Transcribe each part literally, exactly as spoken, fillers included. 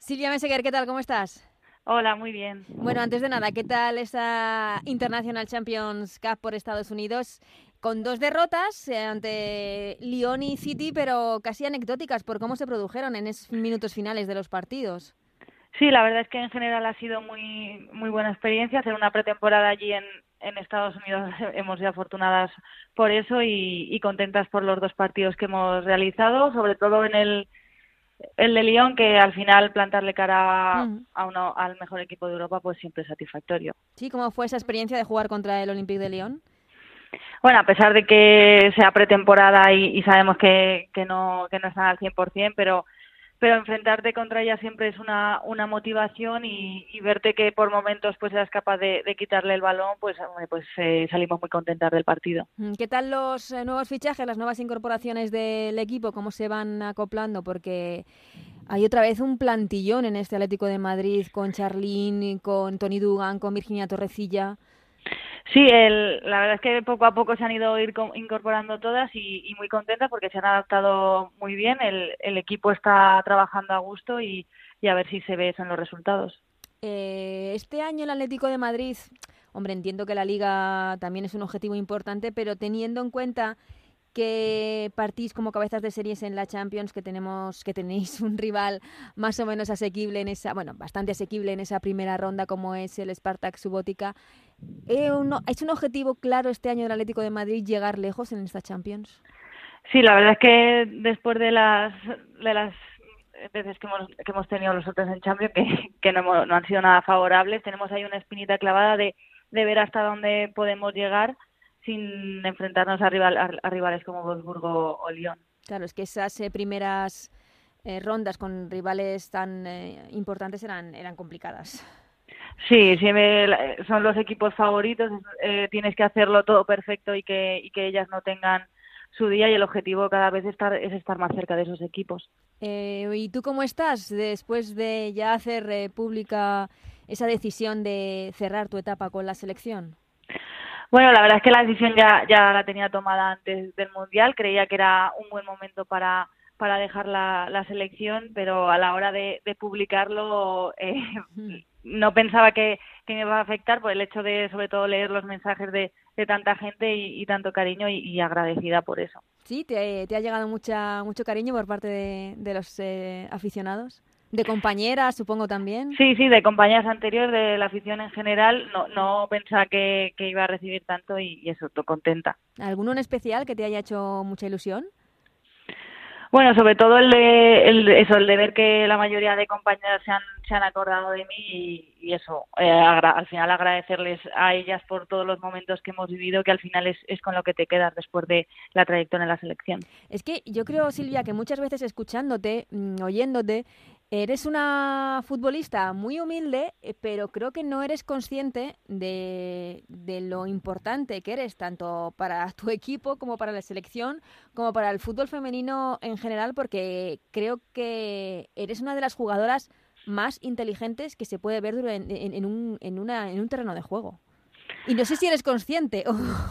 Silvia Meseguer, ¿qué tal? ¿Cómo estás? Hola, muy bien. Bueno, antes de nada, ¿qué tal esa International Champions Cup por Estados Unidos? Con dos derrotas eh, ante Lyon y City, pero casi anecdóticas por cómo se produjeron en esos minutos finales de los partidos. Sí, la verdad es que en general ha sido muy muy buena experiencia hacer una pretemporada allí en, en Estados Unidos. Hemos sido afortunadas por eso y, y contentas por los dos partidos que hemos realizado, sobre todo en el, el de Lyon, que al final plantarle cara Mm. a uno al mejor equipo de Europa pues siempre es satisfactorio. Sí, ¿cómo fue esa experiencia de jugar contra el Olympique de Lyon? Bueno, a pesar de que sea pretemporada y, y sabemos que, que no que no están al cien por ciento, pero pero enfrentarte contra ella siempre es una una motivación y, y verte que por momentos pues eras capaz de, de quitarle el balón, pues hombre, pues eh, salimos muy contentas del partido. Mm, ¿Qué tal los eh, nuevos fichajes, las nuevas incorporaciones del equipo? ¿Cómo se van acoplando? Porque hay otra vez un plantillón en este Atlético de Madrid con Charlín, con Toni Dugan, con Virginia Torrecilla. Sí, el, la verdad es que poco a poco se han ido ir co- incorporando todas y, y muy contentas porque se han adaptado muy bien. El, el equipo está trabajando a gusto y, y a ver si se ve eso en los resultados. Eh, este año el Atlético de Madrid, hombre, entiendo que la Liga también es un objetivo importante, pero teniendo en cuenta que partís como cabezas de series en la Champions, que tenemos, que tenéis un rival más o menos asequible en esa, bueno, bastante asequible en esa primera ronda como es el Spartak Subotica. Eh, uno, ¿Es un objetivo claro este año del Atlético de Madrid llegar lejos en esta Champions? Sí, la verdad es que después de las de las veces que hemos, que hemos tenido los otros en Champions, que, que no, hemos- no han sido nada favorables, tenemos ahí una espinita clavada de, de ver hasta dónde podemos llegar sin enfrentarnos a, rival, a, a rivales como Wolfsburgo o Lyon. Claro, es que esas eh, primeras eh, rondas con rivales tan eh, importantes eran, eran complicadas. Sí, siempre son los equipos favoritos, eh, tienes que hacerlo todo perfecto y que, y que ellas no tengan su día y el objetivo cada vez estar, es estar más cerca de esos equipos. Eh, ¿Y tú cómo estás después de ya hacer eh, pública esa decisión de cerrar tu etapa con la selección? Bueno, la verdad es que la decisión ya, ya la tenía tomada antes del Mundial. Creía que era un buen momento para, para dejar la, la selección, pero a la hora de, de publicarlo eh, Mm. no pensaba que, que me iba a afectar por el hecho de, sobre todo, leer los mensajes de, de tanta gente y, y tanto cariño y, y agradecida por eso. ¿Sí? ¿Te, te ha llegado mucha, mucho cariño por parte de, de los eh, aficionados? ¿De compañeras, supongo también? Sí, sí, de compañías anteriores, de la afición en general, no, no pensaba que, que iba a recibir tanto y, y eso, estoy contenta. ¿Alguno en especial que te haya hecho mucha ilusión? Bueno, sobre todo el de, el, eso, el de ver que la mayoría de compañeras se han, se han acordado de mí y, y eso, eh, agra- al final agradecerles a ellas por todos los momentos que hemos vivido, que al final es, es con lo que te quedas después de la trayectoria en la selección. Es que yo creo, Silvia, que muchas veces escuchándote, mm, oyéndote, eres una futbolista muy humilde, eh, pero creo que no eres consciente de, de lo importante que eres, tanto para tu equipo como para la selección, como para el fútbol femenino en general, porque creo que eres una de las jugadoras más inteligentes que se puede ver duran- en, en un, en, una, en un terreno de juego. Y no sé si eres consciente.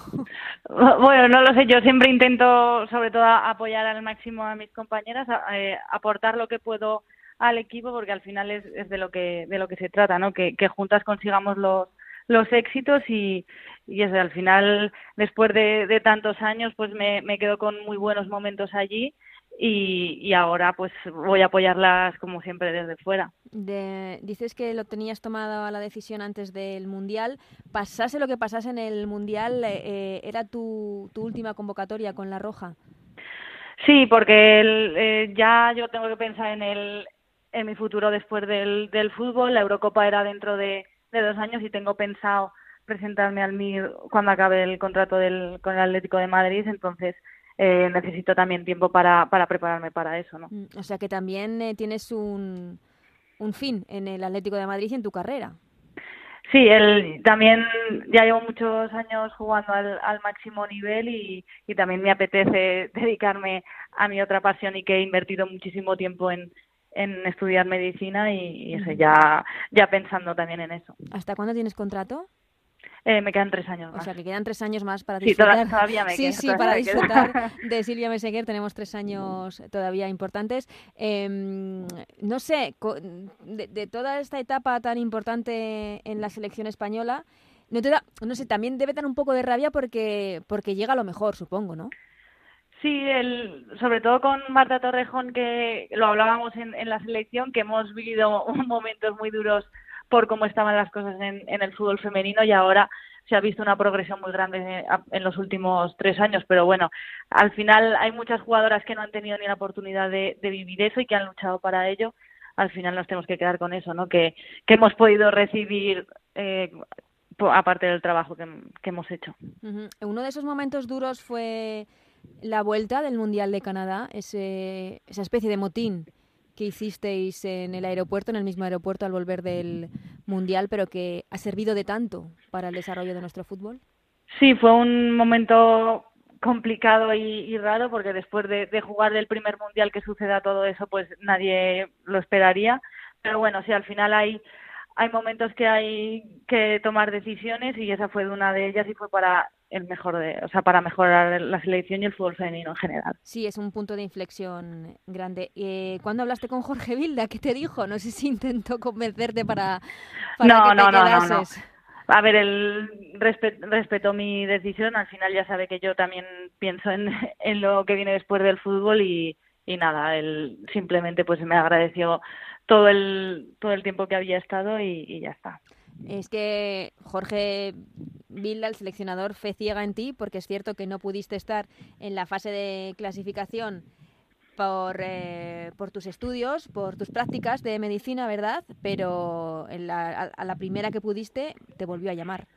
Bueno, no lo sé, yo siempre intento sobre todo a- apoyar al máximo a mis compañeras, a- eh, aportar lo que puedo al equipo porque al final es, es de lo que de lo que se trata, ¿no? Que, que juntas consigamos los los éxitos y, y eso, al final después de, de tantos años pues me, me quedo con muy buenos momentos allí y, y ahora pues voy a apoyarlas como siempre desde fuera. De, dices que lo tenías tomado la decisión antes del Mundial. Pasase lo que pasase en el Mundial, eh, eh, ¿era tu, tu última convocatoria con la Roja? Sí, porque el, eh, ya yo tengo que pensar en el en mi futuro después del, del fútbol. La Eurocopa era dentro de, de dos años y tengo pensado presentarme al M I R cuando acabe el contrato del, con el Atlético de Madrid. Entonces eh, necesito también tiempo para, para prepararme para eso, ¿no? Mm, O sea que también eh, tienes un, un fin en el Atlético de Madrid y en tu carrera. Sí, el, también ya llevo muchos años jugando al, al máximo nivel y, y también me apetece dedicarme a mi otra pasión y que he invertido muchísimo tiempo en, en estudiar medicina y, y eso Ujú. ya, ya pensando también en eso. ¿Hasta cuándo tienes contrato? Eh, me quedan tres años más. O sea, que quedan tres años más para Sí, disfrutar. toda- todavía me sí, queda. sí, todavía para me queda. disfrutar de Silvia Meseguer tenemos tres años todavía importantes. Eh, no sé, co- de, de toda esta etapa tan importante en la selección española, no te da, no sé, también debe dar un poco de rabia porque porque llega lo mejor, supongo, ¿no? Sí, el, sobre todo con Marta Torrejón, que lo hablábamos en, en la selección, que hemos vivido momentos muy duros por cómo estaban las cosas en, en el fútbol femenino, y ahora se ha visto una progresión muy grande en, en los últimos tres años. Pero bueno, al final hay muchas jugadoras que no han tenido ni la oportunidad de, de vivir eso y que han luchado para ello. Al final nos tenemos que quedar con eso, ¿no? Que, que hemos podido recibir, eh, aparte del trabajo que, que hemos hecho. Uh-huh. Uno de esos momentos duros fue la vuelta del Mundial de Canadá, ese, esa especie de motín que hicisteis en el aeropuerto, en el mismo aeropuerto al volver del Mundial, pero que ha servido de tanto para el desarrollo de nuestro fútbol. Sí, fue un momento complicado y, y raro, porque después de, de jugar del primer Mundial que suceda todo eso, pues nadie lo esperaría. Pero bueno, sí, al final hay hay momentos que hay que tomar decisiones, y esa fue de una de ellas, y fue para el mejor de, o sea, para mejorar la selección y el fútbol femenino en general. Sí, es un punto de inflexión grande. Eh, ¿Cuándo hablaste con Jorge Vilda? ¿Qué te dijo? No sé si intentó convencerte para, para no, que te no, no, quedases. No, no. A ver, él respet, respetó mi decisión. Al final ya sabe que yo también pienso en, en lo que viene después del fútbol, y, y nada, él simplemente pues me agradeció todo el todo el tiempo que había estado, y, y ya está. Es que Jorge Vilda, el seleccionador, fe ciega en ti, porque es cierto que no pudiste estar en la fase de clasificación por, eh, por tus estudios, por tus prácticas de medicina, ¿verdad? Pero en la, a, a la primera que pudiste te volvió a llamar.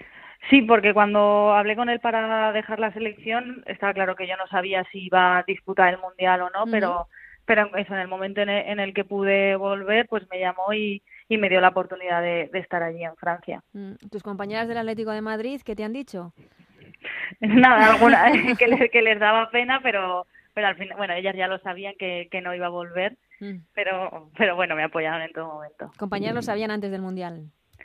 Sí, porque cuando hablé con él para dejar la selección, estaba claro que yo no sabía si iba a disputar el Mundial o no, uh-huh. pero pero eso, en el momento en el, en el que pude volver, pues me llamó y, y me dio la oportunidad de, de estar allí en Francia. ¿Tus compañeras del Atlético de Madrid qué te han dicho? Nada, alguna que, les, que les daba pena, pero pero al final, bueno, ellas ya lo sabían que, que no iba a volver, mm. pero pero bueno, me apoyaron en todo momento. ¿Compañeras lo sabían antes del Mundial?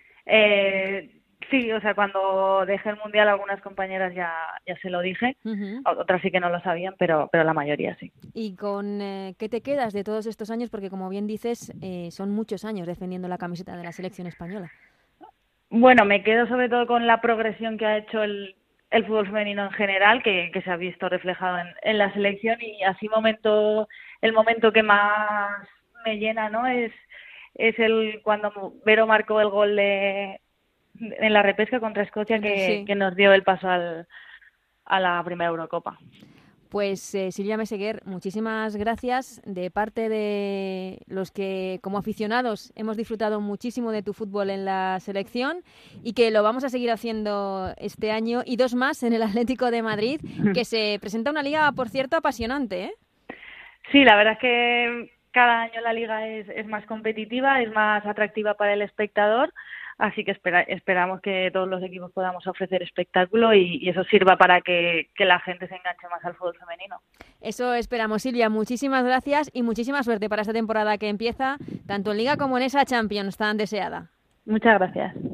Eh... Sí, o sea, cuando dejé el Mundial algunas compañeras ya ya se lo dije, uh-huh. otras sí que no lo sabían, pero pero la mayoría sí. ¿Y con eh, qué te quedas de todos estos años? Porque como bien dices, eh, son muchos años defendiendo la camiseta de la selección española. Bueno, me quedo sobre todo con la progresión que ha hecho el, el fútbol femenino en general, que, que se ha visto reflejado en, en la selección, y así momento el momento que más me llena, ¿no? Es, es el cuando Vero marcó el gol de... en la repesca contra Escocia, que, sí. que nos dio el paso al, a la primera Eurocopa. Pues eh, Silvia Meseguer, muchísimas gracias de parte de los que como aficionados hemos disfrutado muchísimo de tu fútbol en la selección, y que lo vamos a seguir haciendo este año y dos más en el Atlético de Madrid, que se presenta una liga, por cierto, apasionante, ¿eh? Sí, la verdad es que cada año la liga es, es más competitiva, es más atractiva para el espectador. Así que espera, esperamos que todos los equipos podamos ofrecer espectáculo, y, y eso sirva para que, que la gente se enganche más al fútbol femenino. Eso esperamos, Silvia. Muchísimas gracias y muchísima suerte para esta temporada que empieza, tanto en Liga como en esa Champions tan deseada. Muchas gracias.